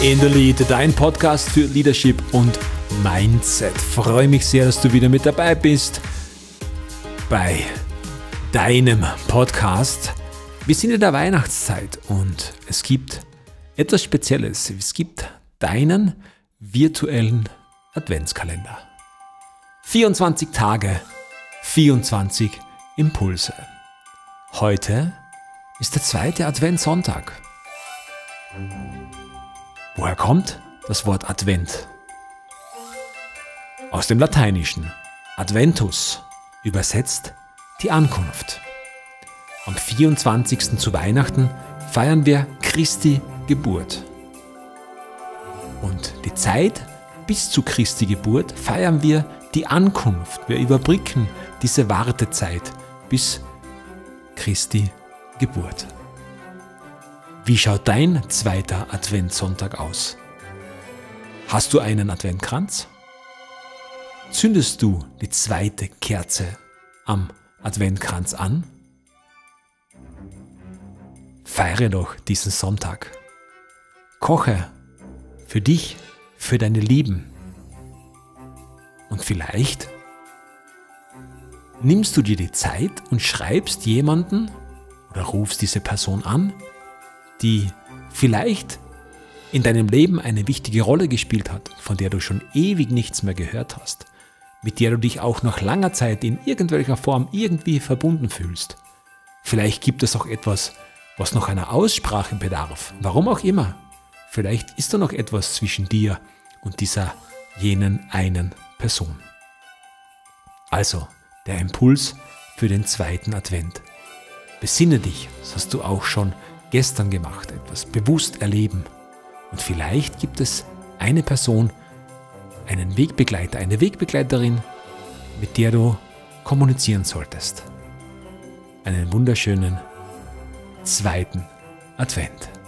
in the Lead, dein Podcast für Leadership und Mindset. Freue mich sehr, dass du wieder mit dabei bist bei deinem Podcast. Wir sind in der Weihnachtszeit und es gibt etwas Spezielles. Es gibt deinen virtuellen Adventskalender. 24 Tage, 24 Impulse. Heute ist der zweite Adventssonntag. Woher kommt das Wort Advent? Aus dem Lateinischen. Adventus, übersetzt die Ankunft. Am 24. zu Weihnachten feiern wir Christi Geburt. Und die Zeit bis zu Christi Geburt feiern wir die Ankunft. Wir überbrücken diese Wartezeit bis Christi Geburt. Wie schaut dein zweiter Adventssonntag aus? Hast du einen Adventkranz? Zündest du die zweite Kerze am Adventkranz an? Feiere doch diesen Sonntag. Koche für dich, für deine Lieben. Und vielleicht nimmst du dir die Zeit und schreibst jemanden oder rufst diese Person an, die vielleicht in deinem Leben eine wichtige Rolle gespielt hat, von der du schon ewig nichts mehr gehört hast, mit der du dich auch nach langer Zeit in irgendwelcher Form irgendwie verbunden fühlst. Vielleicht gibt es auch etwas, was noch einer Aussprache bedarf, warum auch immer. Vielleicht ist da noch etwas zwischen dir und dieser jenen einen Person. Also, der Impuls für den zweiten Advent. Besinne dich, das hast du auch schon gestern gemacht, etwas bewusst erleben. Und vielleicht gibt es eine Person, einen Wegbegleiter, eine Wegbegleiterin, mit der du kommunizieren solltest. Einen wunderschönen zweiten Advent.